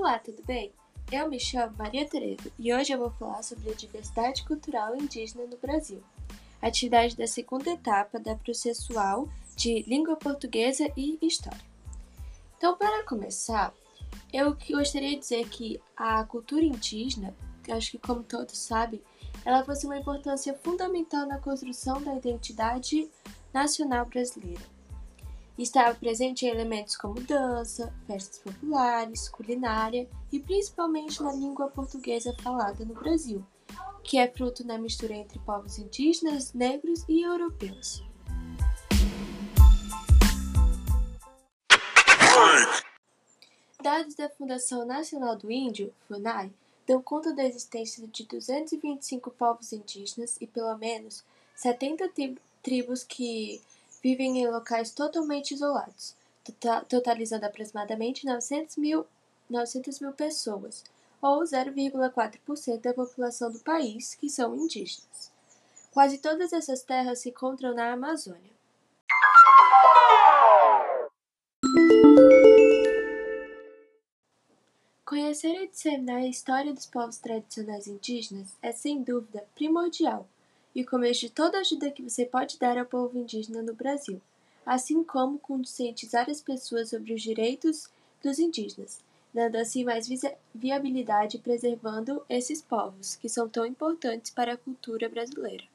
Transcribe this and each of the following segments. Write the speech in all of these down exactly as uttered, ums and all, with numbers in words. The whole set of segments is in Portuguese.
Olá, tudo bem? Eu me chamo Maria Tereza e hoje eu vou falar sobre a diversidade cultural indígena no Brasil, atividade da segunda etapa da processual de língua portuguesa e história. Então, para começar, eu gostaria de dizer que a cultura indígena, que acho que como todos sabem, ela possui uma importância fundamental na construção da identidade nacional brasileira. Estava presente em elementos como dança, festas populares, culinária e principalmente na língua portuguesa falada no Brasil, que é fruto da mistura entre povos indígenas, negros e europeus. Dados da Fundação Nacional do Índio, FUNAI, dão conta da existência de duzentos e vinte e cinco povos indígenas e pelo menos setenta tribos que vivem em locais totalmente isolados, totalizando aproximadamente novecentas mil pessoas, ou zero vírgula quatro por cento da população do país, que são indígenas. Quase todas essas terras se encontram na Amazônia. Conhecer e disseminar a história dos povos tradicionais indígenas é, sem dúvida, primordial e o começo de toda a ajuda que você pode dar ao povo indígena no Brasil, assim como conscientizar as pessoas sobre os direitos dos indígenas, dando assim mais viabilidade e preservando esses povos, que são tão importantes para a cultura brasileira.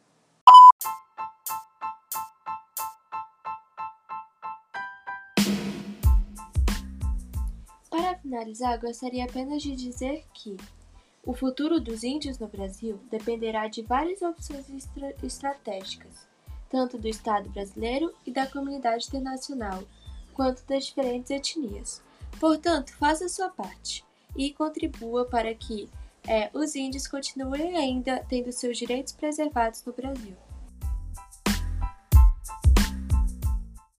Para finalizar, gostaria apenas de dizer que o futuro dos índios no Brasil dependerá de várias opções estra- estratégicas, tanto do Estado brasileiro e da comunidade internacional, quanto das diferentes etnias. Portanto, faça a sua parte e contribua para que é, os índios continuem ainda tendo seus direitos preservados no Brasil.